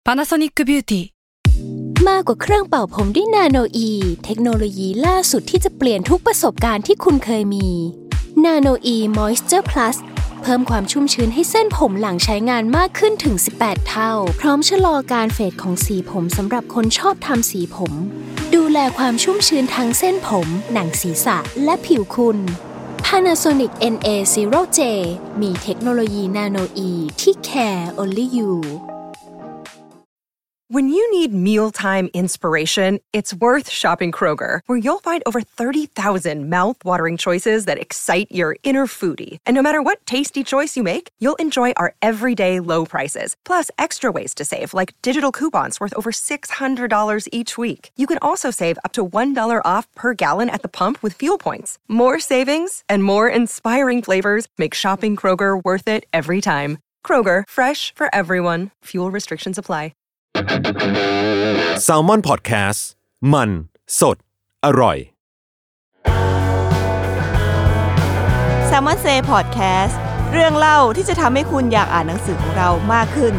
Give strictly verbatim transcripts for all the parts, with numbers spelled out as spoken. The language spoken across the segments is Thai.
Panasonic Beauty มากกว่าเครื่องเป่าผมด้วยนาโนอีเทคโนโลยีล่าสุดที่จะเปลี่ยนทุกประสบการณ์ที่คุณเคยมีนาโนอีมอยส์เจอร์พลัสเพิ่มความชุ่มชื้นให้เส้นผมหลังใช้งานมากขึ้นถึงสิบแปดเท่าพร้อมชะลอการเฟดของสีผมสำหรับคนชอบทำสีผมดูแลความชุ่มชื้นทั้งเส้นผมหนังศีรษะและผิวคุณ Panasonic เอ็น เอ ศูนย์ เจ มีเทคโนโลยีนาโนอีที่ care only you When you need mealtime inspiration, it's worth shopping Kroger, where you'll find over thirty thousand mouth-watering choices that excite your inner foodie. And no matter what tasty choice you make, you'll enjoy our everyday low prices, plus extra ways to save, like digital coupons worth over six hundred dollars each week. You can also save up to one dollar off per gallon at the pump with fuel points. More savings and more inspiring flavors make shopping Kroger worth it every time. Kroger, fresh for everyone. Fuel restrictions apply. Salmon Podcast มันสดอร่อย Salmon Say Podcast เรื่องเล่าที่จะทำให้คุณอยากอ่านหนังสือของเรามากขึ้น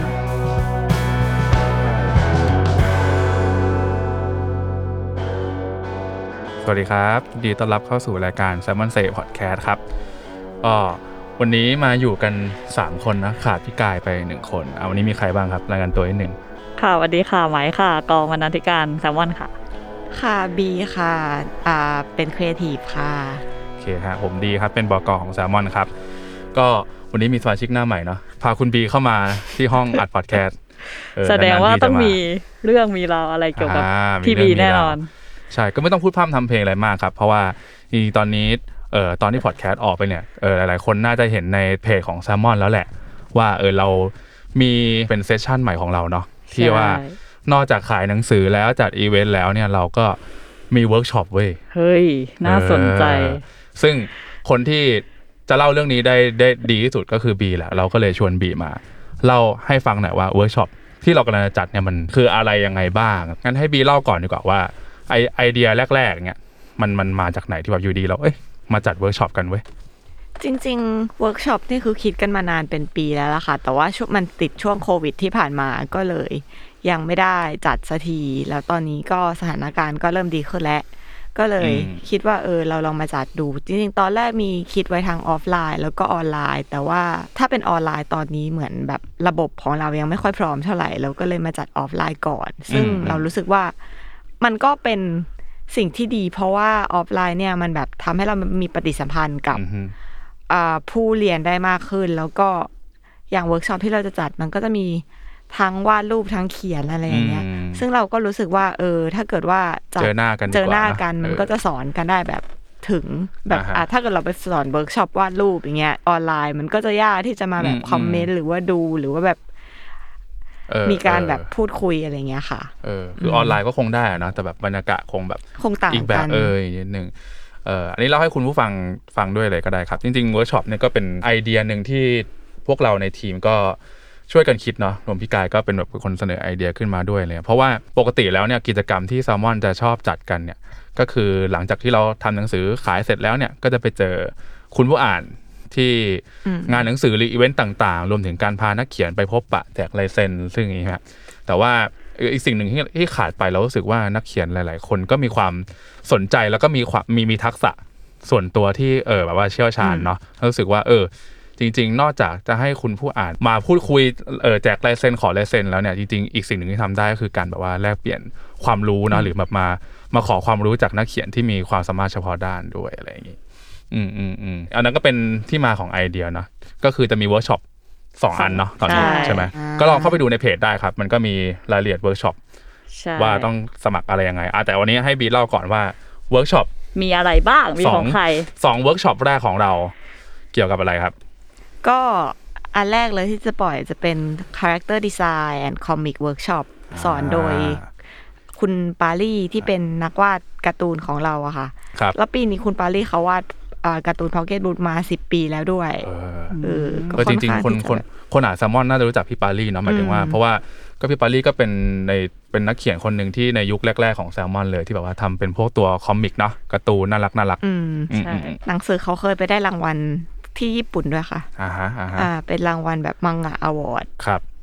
สวัสดีครับยินดีต้อนรับเข้าสู่รายการ Salmon Say Podcast ครับก็วันนี้มาอยู่กันสามคนนะขาดพี่กายไปหนึ่งคนเอาวันนี้มีใครบ้างครับรายงานตัวนิดนึงค่ะสวัสดีค่ะไหมค่ะกองบรรณาธิการแซมมอนค่ะค่ะบีค่ะอ่าเป็นครีเอทีฟค่ะโอเคครับผมดีครับเป็นบก.ของแซมมอนครับก็วันนี้มีสมาชิกหน้าใหม่เนาะพาคุณบีเข้ามาที่ห้องอัดพอดแคสต์แสดงว่าต้องมีเรื่องมีราวอะไรเกี่ยวกับพี่บีแน่นอนใช่ก็ไม่ต้องพูดพร่ำทำเพลงอะไรมากครับเพราะว่าตอนนี้เอ่อตอนที่พอดแคสต์ออกไปเนี่ยเออหลายๆคนน่าจะเห็นในเพจของแซมมอนแล้วแหละว่าเออเรามีเป็นเซสชั่นใหม่ของเราเนาะที่ว่านอกจากขายหนังสือแล้วจัดอีเวนต์แล้วเนี่ยเราก็มีเวิร์กช็อปเว้ยเฮ้ยน่าสนใจซึ่งคนที่จะเล่าเรื่องนี้ได้ได้ดีที่สุดก็คือบีแหละเราก็เลยชวนบีมาเล่าให้ฟังหน่อยว่าเวิร์กช็อปที่เรากำลังจะจัดเนี่ยมันคืออะไรยังไงบ้างงั้นให้บีเล่าก่อนดีกว่าว่าไอไอเดียแรกๆเนี่ยมันมันมาจากไหนที่แบบอยู่ดีเราเอ้ยมาจัดเวิร์กช็อปกันเว้ยจริงๆเวิร์กช็อปนี่คือคิดกันมานานเป็นปีแล้วล่ะค่ะแต่ว่าช่วงมันติดช่วงโควิดที่ผ่านมาก็เลยยังไม่ได้จัดสักทีแล้วตอนนี้ก็สถานการณ์ก็เริ่มดีขึ้นแล้วก็เลยคิดว่าเออเราลองมาจัดดูจริงๆตอนแรกมีคิดไว้ทางออฟไลน์แล้วก็ออนไลน์แต่ว่าถ้าเป็นออนไลน์ตอนนี้เหมือนแบบระบบของเรายังไม่ค่อยพร้อมเท่าไหร่เราก็เลยมาจัดออฟไลน์ก่อนซึ่งเรารู้สึกว่ามันก็เป็นสิ่งที่ดีเพราะว่าออฟไลน์เนี่ยมันแบบทำให้เรามีปฏิสัมพันธ์กับผู้เรียนได้มากขึ้นแล้วก็อย่างเวิร์กช็อปที่เราจะจัดมันก็จะมีทั้งวาดรูปทั้งเขียนอะไรอย่างเงี้ยซึ่งเราก็รู้สึกว่าเออถ้าเกิดว่าเจอหน้ากันเจอหน้ากันมันก็จะสอนกันได้แบบถึงแบบอ่ะถ้าเกิดเราไปสอนเวิร์กช็อปวาดรูปอย่างเงี้ยออนไลน์มันก็จะยากที่จะมาแบบคอมเมนต์หรือว่าดูหรือว่าแบบมีการแบบพูดคุยอะไรเงี้ยค่ะเออคือออนไลน์ก็คงได้นะแต่แบบบรรยากาศคงแบบคงต่างกันอีกแบบเออนิดนึงเอ่ออันนี้เล่าให้คุณผู้ฟังฟังด้วยเลยก็ได้ครับจริงๆเวิร์กช็อปเนี่ยก็เป็นไอเดียนึงที่พวกเราในทีมก็ช่วยกันคิดเนาะรวมพี่กายก็เป็นแบบคนเสนอไอเดียขึ้นมาด้วยเลยเพราะว่าปกติแล้วเนี่ยกิจกรรมที่แซลมอนจะชอบจัดกันเนี่ยก็คือหลังจากที่เราทำหนังสือขายเสร็จแล้วเนี่ยก็จะไปเจอคุณผู้อ่านที่งานหนังสือหรืออีเวนต์ต่างๆรวมถึงการพานักเขียนไปพบปะแจกลายเซ็นซึ่งอย่างนี้ครับแต่ว่าอีกสิ่งหนึ่งที่ที่ขาดไปเรารู้สึกว่านักเขียนหลายๆคนก็มีความสนใจแล้วก็มีความมีมีทักษะส่วนตัวที่เออแบบว่าเชี่ยวชาญเนาะรู้สึกว่าเออจริงๆนอกจากจะให้คุณผู้อ่านมาพูดคุยเออแจกลายเซ็นขอลายเซ็นแล้วเนี่ยจริงๆอีกสิ่งหนึ่งที่ทำได้ก็คือการแบบว่าแลกเปลี่ยนความรู้นะหรือแบบมามาขอความรู้จากนักเขียนที่มีความสามารถเฉพาะด้านด้วยอะไรอย่างงี้อืมอืมอืมอันนั้นก็เป็นที่มาของไอเดียเนาะก็คือจะมีเวิร์กช็อปสองอันเนาะตอนนี้ใช่ไหมก็ลองเข้าไปดูในเพจได้ครับมันก็มีรายละเอียดเวิร์กช็อปว่าต้องสมัครอะไรยังไงอ่ะแต่วันนี้ให้บีเล่าก่อนว่าเวิร์กช็อปมีอะไรบ้างมีของใครสองเวิร์กช็อปแรกของเราเกี่ยวกับอะไรครับก็อันแรกเลยที่จะปล่อยจะเป็น Character Design and Comic Workshop สอนโดยคุณปาลี่ที่เป็นนักวาดการ์ตูนของเราอะค่ะแล้วปีนี้คุณปาลี่เขาวาดการ์ตูนพ็อกเก็ตบุ๊กมาสิบปีแล้วด้วยเออเออจริงๆคนคนคนอ่านแซลมอนน่าจะรู้จักพี่ปาลี่เนาะหมายถึงว่าเพราะว่าก็พี่ปาลี่ก็เป็นในเป็นนักเขียนคนนึงที่ในยุคแรกๆของแซลมอนเลยที่แบบว่าทำเป็นพวกตัวคอมิกเนาะการ์ตูนน่ารักน่ารักอืมใช่หนังสือเขาเคยไปได้รางวัลที่ญี่ปุ่นด้วยค่ะอ่าฮะอ่าฮะอ่าเป็นรางวัลแบบมังงะอวอร์ดครับ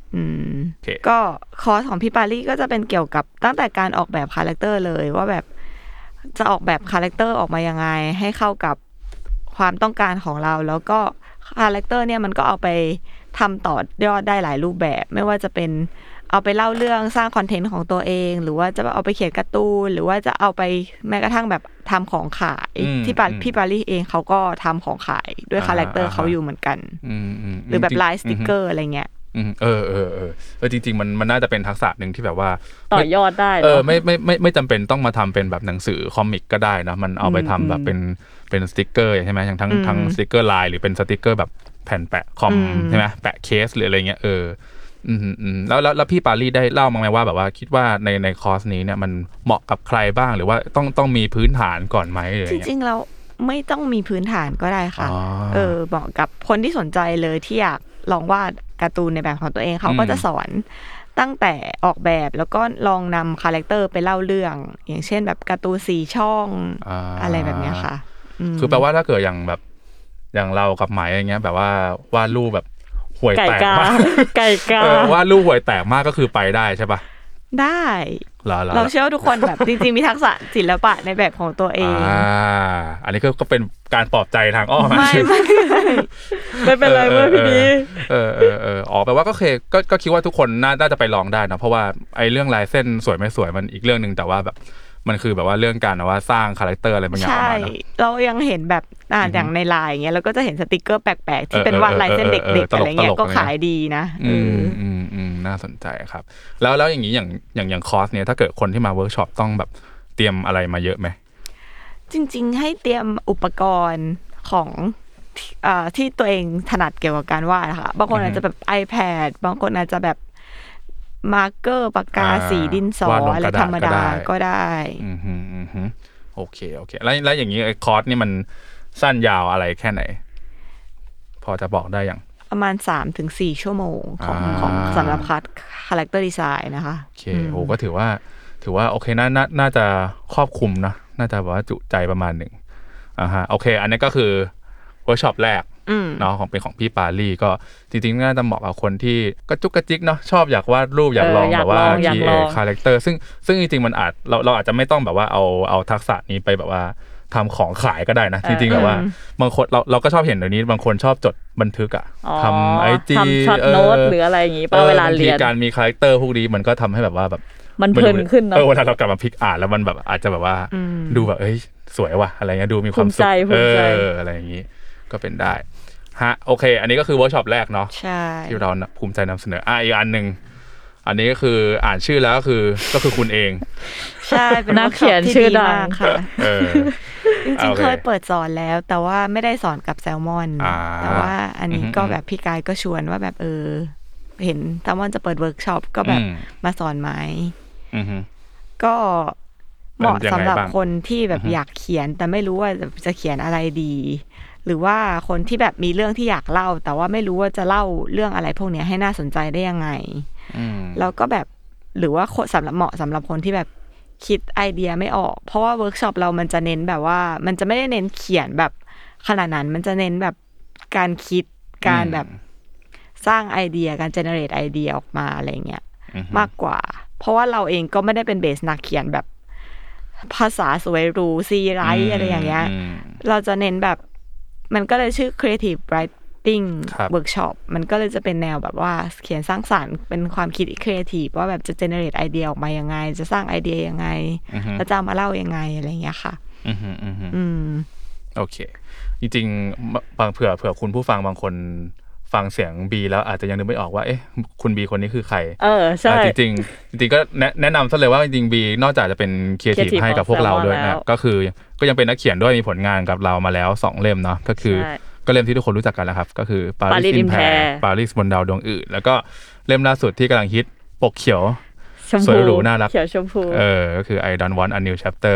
อืม okay. ก็คอร์สของพี่ปาลี่ก็จะเป็นเกี่ยวกับตั้งแต่การออกแบบคาแรคเตอร์เลยว่าแบบจะออกแบบคาแรคเตอร์ออกมายังไงให้เข้ากับความต้องการของเราแล้วก็คาแรคเตอร์เนี่ยมันก็เอาไปทำต่อยอดได้หลายรูปแบบไม่ว่าจะเป็นเอาไปเล่าเรื่องสร้างคอนเทนต์ของตัวเองหรือว่าจะเอาไปเขียนการ์ตูนหรือว่าจะเอาไปแม้กระทั่งแบบทำของขายที่ปาพี่ปาลี่เองเขาก็ทำของขายด้วยคาแรคเตอร์เขาอยู่เหมือนกันหรือแบบลายสติกเกอร์อะไรเงี้ยเออเออเออเออจริงๆมันมันน่าจะเป็นทักษะหนึ่งที่แบบว่าต่อยอดได้เออไม่ไม่ไม่ไม่จำเป็นต้องมาทำเป็นแบบหนังสือคอมิกก็ได้นะมันเอาไปทำแบบเป็นเป็นสติกเกอร์ใช่ไหมอย่างทั้งทั้งสติกเกอร์ลายหรือเป็นสติกเกอร์แบบแผ่นแปะคอมใช่ไหมแปะเคสหรืออะไรเงี้ยเอออืมอืมแล้วแล้วแล้วพี่ปาลี่ได้เล่ามาไหมว่าแบบว่าคิดว่าในในคอร์สนี้เนี่ยมันเหมาะกับใครบ้างหรือว่าต้องต้องมีพื้นฐานก่อนไหมอะไรเงี้ยจริงๆเราไม่ต้องมีพื้นฐานก็ได้ค่ะเออเหมาะกับคนที่สนใจเลยที่อยากลองวาดการ์ตูนในแบบของตัวเองเขาก็จะสอนตั้งแต่ออกแบบแล้วก็ลองนำคาแรคเตอร์ไปเล่าเรื่องอย่างเช่นแบบการ์ตูนสี่ช่องอะไรแบบนี้ค่ะคือแปลว่าถ้าเกิดอย่างแบบอย่างเรากับไหมอย่างเงี้ยแบบว่าวาดรูปแบบห่วยแตกมากไก่กาว่าลูกห่วยแตกมากก็คือไปได้ใช่ปะได้เราเชื่อว่าทุกคนแบบจริงๆมีทักษะศิลปะในแบบของตัวเองอ่าอันนี้ก็เป็นการปลอบใจทางอ้อมไม่ไม่ไม่เป็นไรเว้ยพี่ดีเออเออเอออ๋อแปลว่าก็เคก็ก็คิดว่าทุกคนน่าจะไปลองได้นะเพราะว่าไอ้เรื่องลายเส้นสวยไม่สวยมันอีกเรื่องนึงแต่ว่าแบบมันคือแบบว่าเรื่องการว่าสร้างคาแรคเตอร์อะไรบางอย่างออกมาเนาะเรายังเห็นแบบอ่าอย่างในไลน์อย่างเงี้ยเราก็จะเห็นสติกเกอร์แปลกๆที่เป็นวาดลายเส้นเด็กๆอะไรเงี้ยก็ขายดีนะอืมอืมอืมน่าสนใจครับแล้วแล้วอย่างนี้อย่างอย่างอย่างคอร์สเนี้ยถ้าเกิดคนที่มาเวิร์กช็อปต้องแบบเตรียมอะไรมาเยอะไหมจริงๆให้เตรียมอุปกรณ์ของอ่าที่ตัวเองถนัดเกี่ยวกับการวาดค่ะบางคนอาจจะแบบ iPad บางคนอาจจะแบบมาร์กเกอร์ปากกาสีดินสออะไรธรรมดาก็ได้อืมฮึอืมฮึโอเคโอเคแล้วแล้วอย่างนี้ไอ้คอร์สนี่มันสั้นยาวอะไรแค่ไหนพอจะบอกได้ยังประมาณ สามถึงสี่ ชั่วโมงของของสำหรับคัดคาแรคเตอร์ดีไซน์นะคะโอเคโอ้ก็ถือว่าถือว่าโอเคน่าน่าน่าจะครอบคลุมนะน่าจะแบบว่าจุใจประมาณหนึ่งอ่าฮะโอเคอันนี้ก็คือเวิร์กช็อปแรกเนาะของเป็นของพี่ปาลี่ก็จริงๆน่าจะเหมาะกับคนที่กระจุกกระจิกเนาะชอบอยากวาดรูปอยากลองแบบว่าคีเอทคาแรคเตอร์ซึ่งซึ่งจริงๆมันอาจเราเราอาจจะไม่ต้องแบบว่าเอาเอาทักษะนี้ไปแบบว่าทำของขายก็ได้นะจริงๆแบบว่าบางคนเราเราก็ชอบเห็นเดี๋ยวนี้บางคนชอบจดบันทึกอะทำไอจีทำช็อตโน้ตหรืออะไรอย่างงี้ป่ะเวลาเรียนการมีคาแรคเตอร์พวกนี้มันก็ทำให้แบบว่าแบบมันเพลินขึ้นเนาะเออเวลาเรากลับมาพลิกอ่านแล้วมันแบบอาจจะแบบว่าดูแบบเอ้ยสวยว่ะอะไรเงี้ยดูมีความสุขเอออะไรอย่างงี้ก็เป็นได้ฮะโอเคอันนี้ก็คือเวิร์กช็อปแรกเนาะใช่ที่เราภูมิใจนำเสนออ่ะอีกอันนึงอันนี้ก็คืออ่านชื่อแล้วก็คือก็คือคุณเองใช่เป็นนักเขียนชื่อดังค่ะเออจริงๆเคยเปิดสอนแล้วแต่ว่าไม่ได้สอนกับแซลมอนแต่ว่าอันนี้ก็แบบพี่กายก็ชวนว่าแบบเออเห็นแซลมอนจะเปิดเวิร์กช็อปก็แบบมาสอนไหมก็เหมาะสำหรับคนที่แบบอยากเขียนแต่ไม่รู้ว่าจะเขียนอะไรดีหรือว่าคนที่แบบมีเรื่องที่อยากเล่าแต่ว่าไม่รู้ว่าจะเล่าเรื่องอะไรพวกนี้ให้น่าสนใจได้ยังไงแล้วก็แบบหรือว่าสำหรับเหมาะสำหรับคนที่แบบคิดไอเดียไม่ออกเพราะว่าเวิร์กช็อปเรามันจะเน้นแบบว่ามันจะไม่ได้เน้นเขียนแบบขนาดนั้นมันจะเน้นแบบการคิดการแบบสร้างไอเดียการเจเนเรตไอเดียออกมาอะไรเงี้ยมากกว่าเพราะว่าเราเองก็ไม่ได้เป็นเบสนักเขียนแบบภาษาสวยหรูซีไรท์อะไรอย่างเงี้ยเราจะเน้นแบบมันก็เลยชื่อ creative writing workshop มันก็เลยจะเป็นแนวแบบว่าเขียนสร้างสรรค์เป็นความคิด creative ว่าแบบจะ generate ไอเดียออกมายังไงจะสร้างไอเดียยังไงแล้วจะมาเล่ายังไงอะไรอย่างเงี้ยค่ะอืมอืมอืมโอเคจริงๆบางเผื่อเผื่อคุณผู้ฟังบางคนฟังเสียงบีแล้วอาจจะยังนึกไม่ออกว่าเอ๊ะคุณบีคนนี้คือใครเออใช่จริงๆจริงๆก็แนะนำซะเลยว่าจริงๆบีนอกจากจะเป็นครีเอทีฟให้กับพวกเราด้วยนะก็คือก็ยังเป็นนักเขียนด้วยมีผลงานกับเรามาแล้วสองเล่มเนาะก็คือก็เล่มที่ทุกคนรู้จักกันแล้วครับก็คือ Paris in Pair Paris บนดาวดวงอื่นแล้วก็เล่มล่าสุดที่กำลังฮิตปกเขียวสวยหรูน่ารักเขียวชมพูเออก็คือ I don't want a new chapter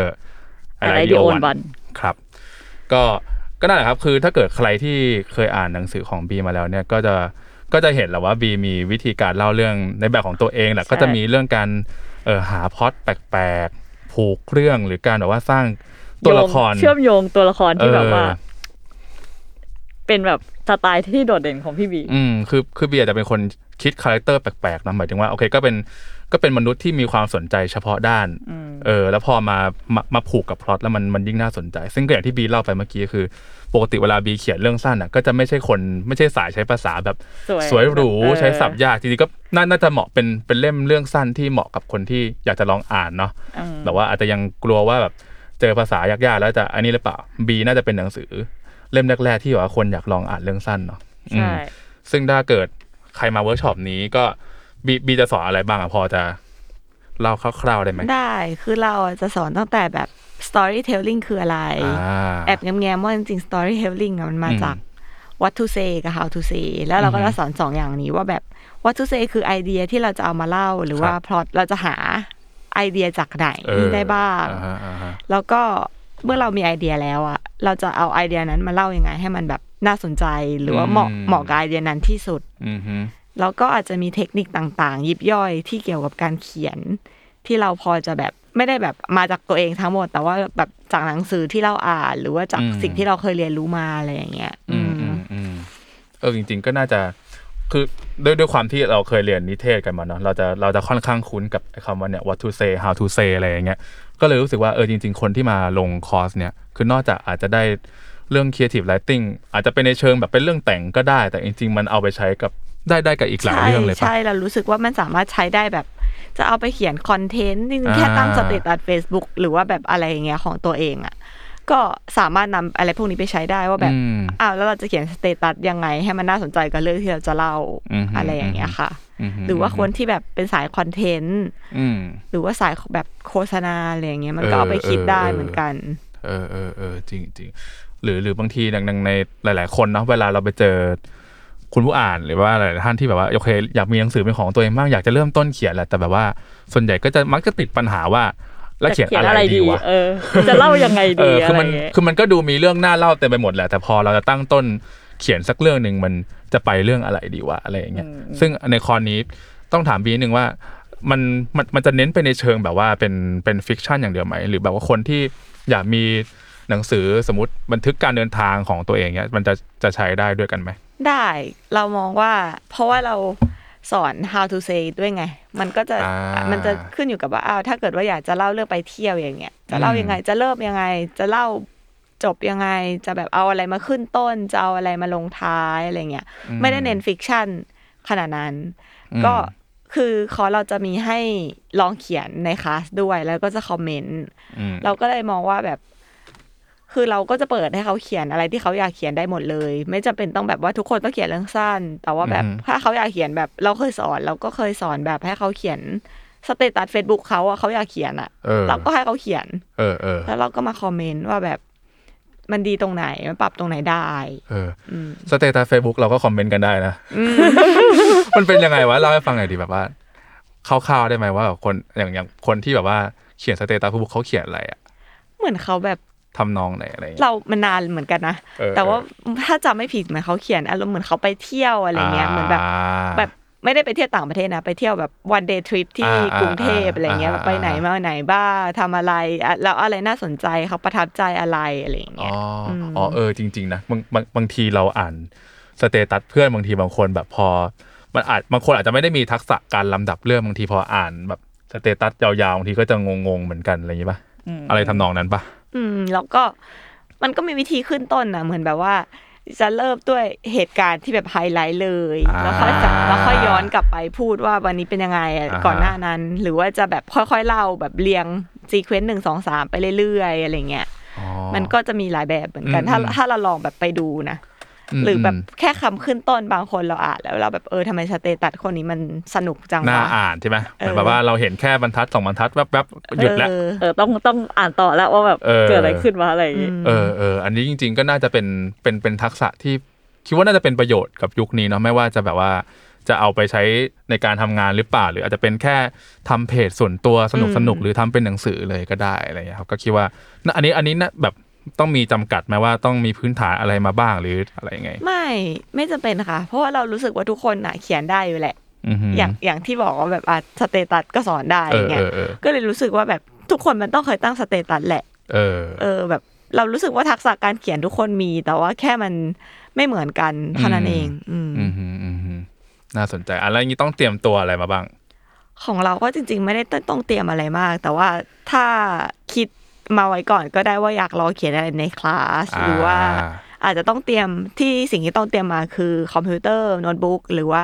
I like the old one ครับก็ก็นั่นแหละครับคือถ้าเกิดใครที่เคยอ่านหนังสือของบีมาแล้วเนี่ยก็จะก็จะเห็นแหละว่าบีมีวิธีการเล่าเรื่องในแบบของตัวเองแหละก็จะมีเรื่องการเอ่อหาพล็อตแปลกๆผูกเรื่องหรือการแบบว่าสร้างตัวละครเชื่อมโยงตัวละครที่แบบว่าเป็นแบบสไตล์ที่โดดเด่นของพี่บีอืมคือคือบีอาจจะเป็นคนคิดคาแรคเตอร์แปลกๆนะหมายถึงว่าโอเคก็เป็นก็เป็นมนุษย์ที่มีความสนใจเฉพาะด้านเออแล้วพอมามามาผูกกับพล็อตแล้วมันมันยิ่งน่าสนใจซึ่งก็อย่างที่บีเล่าไปเมื่อกี้คือปกติเวลาบีเขียนเรื่องสั้นอ่ะก็จะไม่ใช่คนไม่ใช่สายใช้ภาษาแบบสวยหรูใช้ศัพท์ยากจริงๆก็น่าจะเหมาะเป็นเป็นเล่มเรื่องสั้นที่เหมาะกับคนที่อยากจะลองอ่านเนาะแต่ว่าอาจจะยังกลัวว่าแบบเจอภาษายากๆแล้วจะอันนี้หรือเปล่าบีน่าจะเป็นหนังสือเล่มแรกๆที่ว่าคนอยากลองอ่านเรื่องสั้นเนาะใช่ซึ่งถ้าเกิดใครมาเวิร์คช็อปนี้ก็บีบีจะสอนอะไรบ้างอ่ะพอจะเล่าคร่าวๆได้ไหมได้คือเราจะสอนตั้งแต่แบบ storytelling คืออะไรแอบแง้มๆว่าจริงๆ storytelling มันมาจาก what to say กับ how to say แล้วเราก็จะสอนสองอย่างนี้ว่าแบบ what to say คือไอเดียที่เราจะเอามาเล่าหรือว่า plot เราจะหาไอเดียจากไหนได้บ้างแล้วก็เมื่อเรามีไอเดียแล้วอ่ะเราจะเอาไอเดียนั้นมาเล่ายังไงให้มันแบบน่าสนใจหรือว่าเหมาะเหมาะกับไอเดียนั้นที่สุดแล้วก็อาจจะมีเทคนิคต่างๆยิบย่อยที่เกี่ยวกับการเขียนที่เราพอจะแบบไม่ได้แบบมาจากตัวเองทั้งหมดแต่ว่าแบบจากหนังสือที่เราอ่านหรือว่าจากสิ่งที่เราเคยเรียนรู้มาอะไรอย่างเงี้ยอืมเออจริงๆก็น่าจะคือด้วยด้วยความที่เราเคยเรียนนิเทศกันมาเนาะเราจะเราจะค่อนข้างคุ้นกับคำว่าเนี่ย what to say how to say อะไรอย่างเงี้ยก็เลยรู้สึกว่าเออจริงๆคนที่มาลงคอร์สเนี่ยคือนอกจากอาจจะได้เรื่อง creative writing อาจจะเป็นในเชิงแบบเป็นเรื่องแต่งก็ได้แต่จริงๆมันเอาไปใช้กับได้ได้กับอีกหลายเรื่องเลยป่ะใช่เรารู้สึกว่ามันสามารถใช้ได้แบบจะเอาไปเขียนคอนเทนต์จริงๆแค่ตั้งสเตตัส Facebook หรือว่าแบบอะไรอย่างเงี้ยของตัวเองอ่ะก็สามารถนำอะไรพวกนี้ไปใช้ได้ว่าแบบอ้าวแล้วเราจะเขียนสเตตัสยังไงให้มันน่าสนใจกับเรื่องที่เราจะเล่าอะไรอย่างเงี้ยค่ะหรือว่าคนที่แบบเป็นสายคอนเทนต์หรือว่าสายแบบโฆษณาอะไรอย่างเงี้ยมันก็เอาไปคิดได้เหมือนกันเออเออเออจริงจริงหรือหรือบางทีดังๆในหลายๆคนเนาะเวลาเราไปเจอคุณผู้อ่านหรือว่าหลายท่านที่แบบว่าโอเคอยากมีหนังสือเป็นของตัวเองมากอยากจะเริ่มต้นเขียนแหละแต่แบบว่าส่วนใหญ่ก็จะมักจะติดปัญหาว่าแล้วเขียนอะไรดีวะเออจะเล่ายังไงดีอะไรคือมันคือมันก็ดูมีเรื่องน่าเล่าเต็มไปหมดแหละแต่พอเราจะตั้งต้นเขียนสักเรื่องนึงมันจะไปเรื่องอะไรดีวะอะไรอย่างเงี้ยซึ่งในคอร์สนี้ต้องถามบีนึงว่ามันมันมันจะเน้นไปในเชิงแบบว่าเป็นเป็นฟิกชันอย่างเดียวไหมหรือแบบว่าคนที่อยากมีหนังสือสมมุติบันทึกการเดินทางของตัวเองเนี้ยมันจะจะใช้ได้ด้วยกันไหมได้เรามองว่าเพราะว่าเราสอน how to say ด้วยไงมันก็จะมันจะขึ้นอยู่กับว่าอ้าวถ้าเกิดว่าอยากจะเล่าเรื่องไปเที่ยวอย่างเงี้ยจะเล่ายังไงจะเริ่มยังไงจะเล่าจบยังไงจะแบบเอาอะไรมาขึ้นต้นจะเอาอะไรมาลงท้ายอะไรเงี้ยไม่ได้เน้นฟิกชันขนาดนั้นก็คือคอร์สเราจะมีให้ลองเขียนในคลาสด้วยแล้วก็จะคอมเมนต์เราก็เลยมองว่าแบบคือเราก็จะเปิดให้เขาเขียนอะไรที่เขาอยากเขียนได้หมดเลยไม่จำเป็นต้องแบบว่าทุกคนต้องเขียนเรื่องสั้นแต่ว่าแบบถ้าเขาอยากเขียนแบบเราเคยสอนเราก็เคยสอนแบบให้เขาเขียนสเตตัส Facebook เขาอ่ะเขาอยากเขียนอ่ะเราก็ให้เขาเขียนเออเออแล้วเราก็มาคอมเมนต์ว่าแบบมันดีตรงไหนมันปรับตรงไหนได้เออสเตตัส Facebook เราก็คอมเมนต์กันได้นะมันเป็นยังไงวะเล่าให้ฟังหน่อยดิแบบว่าคร่าวๆได้ไหมว่าแบบคนอย่างอย่างคนที่แบบว่าเขียนสเตตัส Facebook เขาเขียนอะไรอ่ะเหมือนเขาแบบทำนองไหนอะไรเรามันนานเหมือนกันนะแต่ว่าถ้าจำไม่ผิดเหมือนเขาเขียนอารมณ์เหมือนเขาไปเที่ยวอะไรเงี้ยเหมือนแบบแบบไม่ได้ไปเที่ยวต่างประเทศนะไปเที่ยวแบบ one day trip ที่กรุงเทพอะไรเงี้ยไปไหนมาไหนบ้างทำอะไรแล้วอะไรน่าสนใจเขาประทับใจอะไรอะไรเงี้ยอ๋อเออจริงๆนะบางบางบางทีเราอ่านสเตตัสเพื่อนบางทีบางคนแบบพอมันอาจบางคนอาจจะไม่ได้มีทักษะการลำดับเรื่องบางทีพออ่านแบบสเตตัสยาวๆบางทีก็จะงงๆเหมือนกันอะไรอย่างงี้ป่ะอะไรทำนองนั้นป่ะอืมแล้วก็มันก็มีวิธีขึ้นต้นนะเหมือนแบบว่าจะเริ่มด้วยเหตุการณ์ที่แบบไฮไลท์เลยแล้วค่อยแล้วค่อยย้อนกลับไปพูดว่าวันนี้เป็นยังไงก่อนหน้านั้นหรือว่าจะแบบค่อยๆเล่าแบบเรียงซีเควนซ์หนึ่งสองสามไปเรื่อยๆอะไรเงี้ยมันก็จะมีหลายแบบเหมือนกันถ้าถ้าเราลองแบบไปดูนะหรือแบบแค่คำขึ้นต้นบางคนเราอ่านแล้วเราแบบเออทำไมสเตตัสคนนี้มันสนุกจังวะน่าอ่านใช่ไหมเหมือนแบบว่าเราเห็นแค่บรรทัดสองบรรทัดแวบๆหยุดแล้วเออต้องต้องอ่านต่อแล้วว่าแบบเกิดอะไรขึ้นมาอะไรอย่างงี้เออเอออันนี้จริงๆก็น่าจะเป็นเป็นเป็นทักษะที่คิดว่าน่าจะเป็นประโยชน์กับยุคนี้เนาะไม่ว่าจะแบบว่าจะเอาไปใช้ในการทำงานหรือเปล่าหรืออาจจะเป็นแค่ทำเพจส่วนตัวสนุกสนุกหรือทำเป็นหนังสือเลยก็ได้อะไรอย่างเงี้ยครับก็คิดว่าอันนี้อันนี้นะแบบต้องมีจำกัดไหมว่าต้องมีพื้นฐานอะไรมาบ้างหรืออะไรยังไงไม่ไม่จำเป็นค่ะเพราะว่าเรารู้สึกว่าทุกคนน่ะเขียนได้อยู่แหละอย่างอย่างที่บอกว่าแบบอ่ะสเตตัสก็สอนได้อย่างเงี้ยก็เลยรู้สึกว่าแบบทุกคนมันต้องเคยตั้งสเตตัสแหละเออเออแบบเรารู้สึกว่าทักษะการเขียนทุกคนมีแต่ว่าแค่มันไม่เหมือนกันเท่านั้นเองอืมอืมอืมน่าสนใจอะไรอย่างนี้ต้องเตรียมตัวอะไรมาบ้างของเราก็จริงๆไม่ได้ต้องเตรียมอะไรมากแต่ว่าถ้าคิดมาไว้ก่อนก็ได้ว่าอยากลองเขียนอะไรในคลาสหรือว่าอาจจะต้องเตรียมที่สิ่งที่ต้องเตรียมมาคือคอมพิวเตอร์โน้ตบุ๊กหรือว่า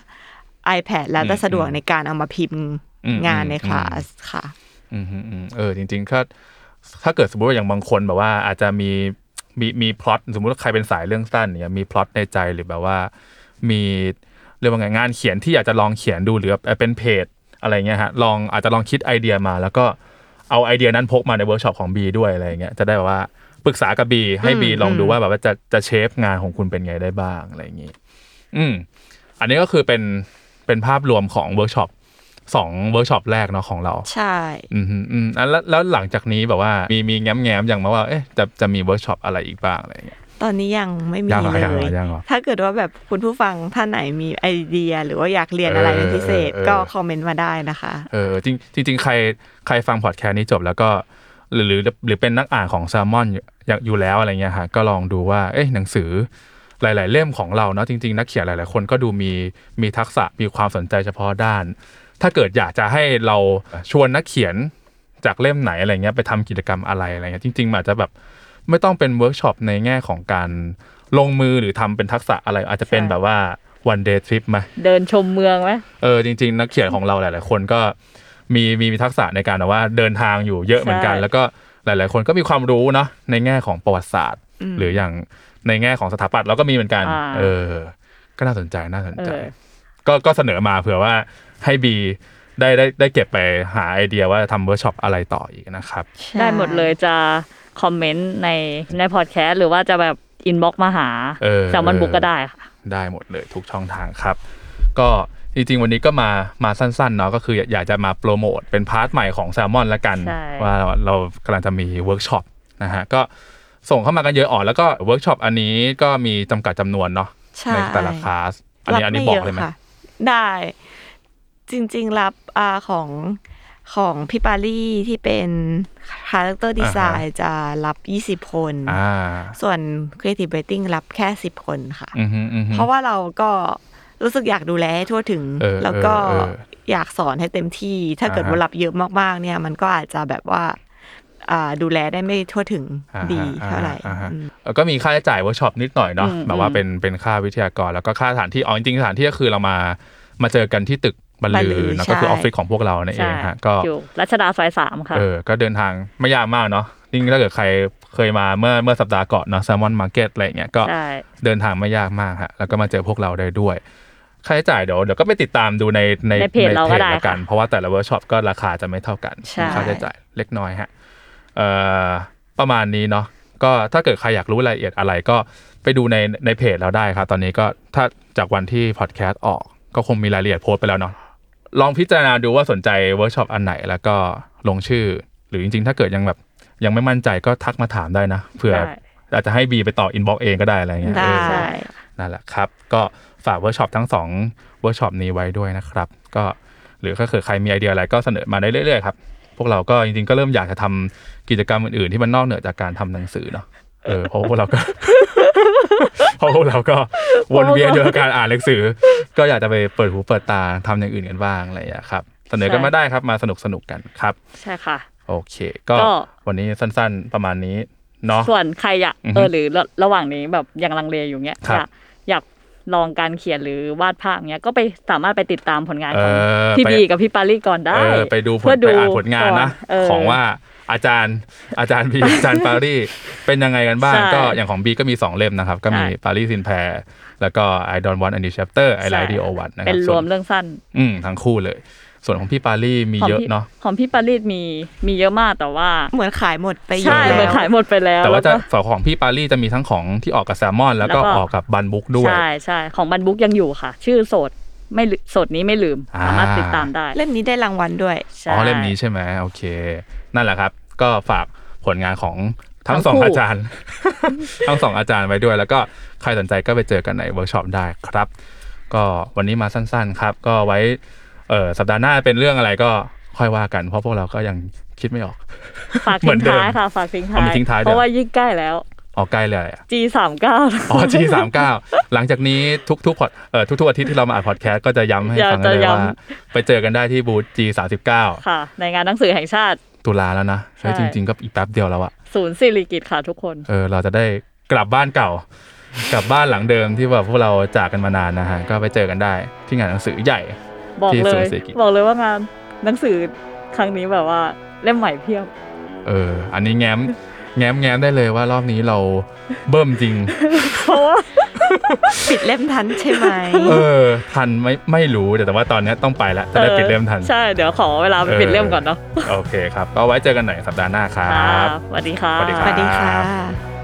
iPad แล้วแต่สะดวกในการเอามาพิมพ์งานในคลาสค่ะอืมอืมเออจริงๆถ้าถ้าเกิดสมมติว่าอย่างบางคนแบบว่าอาจจะมีมีมีพล็อตสมมุติว่าใครเป็นสายเรื่องสั้นเนี่ยมีพล็อตในใจหรือแบบว่ามีเรียกว่าไงงานเขียนที่อยากจะลองเขียนดูหรือเป็นเพจอะไรเงี้ยฮะลองอาจจะลองคิดไอเดียมาแล้วก็เอาไอเดียนั้นพกมาในเวิร์คช็อปของ B ด้วยอะไรเงี้ยจะได้แบบว่าปรึกษากับ B ให้ B ลองดูว่าแบบว่าจะจะเชฟงานของคุณเป็นไงได้บ้างอะไรอย่างงี้อืมอันนี้ก็คือเป็นเป็นภาพรวมของเวิร์คช็อปสองเวิร์คช็อปแรกเนาะของเราใช่อืมอืมแล้วแล้วหลังจากนี้แบบว่ามีมีแง้มๆอย่างมาว่าเอ๊ะจะจะมีเวิร์คช็อปอะไรอีกบ้างอะไรเงี้ยตอนนี้ยังไม่มีเลยถ้าเกิดว่าแบบคุณผู้ฟังท่านไหนมีไอเดียหรือว่าอยากเรียนอะไรเป็นพิเศษก็คอมเมนต์มาได้นะคะเออจริงจริงใครใครฟังพอดแคสต์นี้จบแล้วก็หรือหรือหรือเป็นนักอ่านของ Salmon อยู่อยู่แล้วอะไรเงี้ยฮะก็ลองดูว่าเอ๊ะหนังสือหลายๆเล่มของเราเนาะจริงๆนักเขียนหลายๆคนก็ดูมีมีทักษะมีความสนใจเฉพาะด้านถ้าเกิดอยากจะให้เราชวนนักเขียนจากเล่มไหนอะไรเงี้ยไปทำกิจกรรมอะไรอะไรเงี้ยจริงๆอาจจะแบบไม่ต้องเป็นเวิร์กช็อปในแง่ของการลงมือหรือทำเป็นทักษะอะไรอาจจะเป็นแบบว่า one day trip มั้ยเดินชมเมืองมั้ยเออจริงๆนักเขียนของเราหลายๆคนก็มีมีมีทักษะในการแบบว่าเดินทางอยู่เยอะเหมือนกันแล้วก็หลายๆคนก็มีความรู้เนาะในแง่ของประวัติศาสตร์หรืออย่างในแง่ของสถาปัตย์เราก็มีเหมือนกันเออก็น่าสนใจน่าสนใจก็ก็เสนอมาเผื่อว่าให้ B ได้ได้ได้เก็บไปหาไอเดียว่าทำเวิร์คช็อปอะไรต่ออีกนะครับได้หมดเลยจะคอมเมนต์ในในพอดแคสต์หรือว่าจะแบบอินบ็อกซ์มาหา Salmon Book ก็ได้ค่ะได้หมดเลยทุกช่องทางครับก็จริงๆวันนี้ก็มามาสั้นๆเนาะก็คืออยากจะมาโปรโมทเป็นพาร์ทใหม่ของ Salmon ละกันว่าเรากำลังจะมีเวิร์คช็อปนะฮะก็ส่งเข้ามากันเยอะอ่อนแล้วก็เวิร์คช็อปอันนี้ก็มีจำกัดจำนวนเนาะในแต่ละคลาสอันนี้อันนี้บอกเลยไหมได้จริงๆรับอ่าของของพี่ปาลี่ที่เป็นคาแรคเตอร์ดีไซน์จะรับยี่สิบคนส่วน Creative Writing รับแค่สิบคนค่ะเพราะว่าเราก็รู้สึกอยากดูแลให้ทั่วถึงแล้วก็อยากสอนให้เต็มที่ถ้าเกิดว่ารับเยอะมากๆเนี่ยมันก็อาจจะแบบว่าดูแลได้ไม่ทั่วถึงดีเท่าไหร่แล้วก็มีค่าใช้จ่ายเวิร์คช็อปนิดหน่อยเนาะแบบว่าเป็นเป็นค่าวิทยากรแล้วก็ค่าสถานที่อ๋อจริงๆสถานที่ก็คือเรามามาเจอกันที่ตึกบรรลือนะก็คือออฟฟิศของพวกเรานั่นเองฮะก็อยู่รัชดาซอยสามค่ะเออก็เดินทางไม่ยากมากเนาะยิ่งถ้าเกิดใครเคยมาเมื่อเมื่อสัปดาห์ก่อนเนาะ Salmon Market อะไรเงี้ยก็เดินทางไม่ยากมากฮะแล้วก็มาเจอพวกเราได้ด้วยค่าใช้จ่ายเดี๋ยวเดี๋ยวก็ไปติดตามดูในในเพจเราก็ได้กันเพราะว่าแต่ละเวิร์คช็อปก็ราคาจะไม่เท่ากันค่าใช้จ่ายเล็กน้อยฮะเอ่อประมาณนี้เนาะก็ถ้าเกิดใครอยากรู้รายละเอียดอะไรก็ไปดูในในเพจเราได้ครับตอนนี้ก็ถ้าจากวันที่พอดแคสต์ออกก็คงมีรายละเอียดโพสต์ไปแล้วเนาะลองพิจารณาดูว่าสนใจเวิร์คช็อปอันไหนแล้วก็ลงชื่อหรือจริงๆถ้าเกิดยังแบบยังไม่มั่นใจก็ทักมาถามได้นะเผื่ออาจจะให้ B ไปต่ออินบ็อกซ์เองก็ได้อะไรเงี้ยได้นั่นแหละครับก็ฝากเวิร์คช็อปทั้งสองเวิร์คช็อปนี้ไว้ด้วยนะครับก็หรือถ้าเกิดใครมีไอเดียอะไรก็เสนอมาได้เรื่อยๆครับพวกเราก็จริงๆก็เริ่มอยากจะทำกิจกรรมอื่นๆที่มันนอกเหนือจากการทำหนังสือเนาะเออเพราะพวกเราก็เพราะพวกเราก็วนเวียนอยู่กับการอ่านหนังสือก็อยากจะไปเปิดหูเปิดตาทำอย่างอื่นกันบ้างอะไรอย่างเงี้ยครับเสนอกันมาได้ครับมาสนุกสนุกกันครับใช่ค่ะโอเคก็วันนี้สั้นๆประมาณนี้เนาะส่วนใครอยากเออหรือระหว่างนี้แบบยังลังเลอยู่เงี้ยอยากอยากลองการเขียนหรือวาดภาพเงี้ยก็ไปสามารถไปติดตามผลงานของพี่บีกับพี่ปาลี่ก่อนได้ไปดูผลไปอ่านผลงานนะของว่าอาจารย์อาจารย์บีอาจารย์ปาลี่เป็นยังไงกันบ้างก็อย่างของบีก็มีสองเล่มนะครับก็มีปาลี่ซินแพรแล้วก็ I don't want a new chapter I like the old one นะครับเป็นรวมเรื่องสั้นอืมทั้งคู่เลยส่วนของพี่ปาลี่มีเยอะเนาะของพี่ปาลี่มีมีเยอะมากแต่ว่าเหมือนขายหมดไปใช่เหมือนขายหมดไปแล้วแต่ว่าจะฝั่งของพี่ปาลี่จะมีทั้งของที่ออกกับแซลมอนแล้วก็ออกกับบันบุ๊กด้วยใช่ใช่ของบันบุ๊กยังอยู่ค่ะชื่อโสดไม่โสดนี้ไม่ลืมสามารถติดตามได้เล่มนี้ได้รางวัลด้วยอ๋อเล่มนี้ใช่ไหมโอเคนั่นแหละครับก็ฝากผลงานของทั้งสองอาจารย์ทั้งสองอาจารย์ไว้ด้วยแล้วก็ใครสนใจก็ไปเจอกันในเวิร์คช็อปได้ครับก็วันนี้มาสั้นๆครับก็ไว้เอ่อสัปดาห์หน้าเป็นเรื่องอะไรก็ค่อยว่ากันเพราะพวกเราก็ยังคิดไม่ออกฝากทิ้งท้ายค่ะฝากทิ้งท้ายเพราะว่ายิ่งใกล้แล้วอ๋อใกล้เลยจี สามสิบเก้าอ๋อ จี สามสิบเก้า หลังจากนี้ทุกๆพอดเอ่อทุกๆอาทิตย์ที่เรามาอัดพอดแคสต์ก็จะย้ำให้ฟังเลยว่าไปเจอกันได้ที่บูธ จี สามสิบเก้าค่ะในงานหนังสือแห่งชาติตุลาแล้วนะใช่จริงๆก็อีกแป๊บเดียวแล้วอะศูนย์สิริกิติ์ค่ะทุกคนเออเราจะได้กลับบ้านเก่ากลับบ้านหลังเดิมที่แบบพวกเราจากกันมานานนะฮะก็ไปเจอกันได้ที่งานหนังสือใหญ่ที่ศูนย์เศรษฐกิจบอกเลยว่างานหนังสือครั้งนี้แบบว่าเล่มใหม่เพียบเอออันนี้แง้มแง้มแง้มได้เลยว่ารอบนี้เราเบิ่มจริงเพราะว่าปิดเล่มทันใช่ไหมเออทันไม่ไม่รู้แต่ว่าตอนนี้ต้องไปแล้วจะได้ปิดเล่มทันใช่เดี๋ยวขอเวลาไปปิดเล่มก่อนเนาะโอเคครับก็ไว้เจอกันใหม่สัปดาห์หน้าครับสวัสดีค่ะสวัสดีค่ะ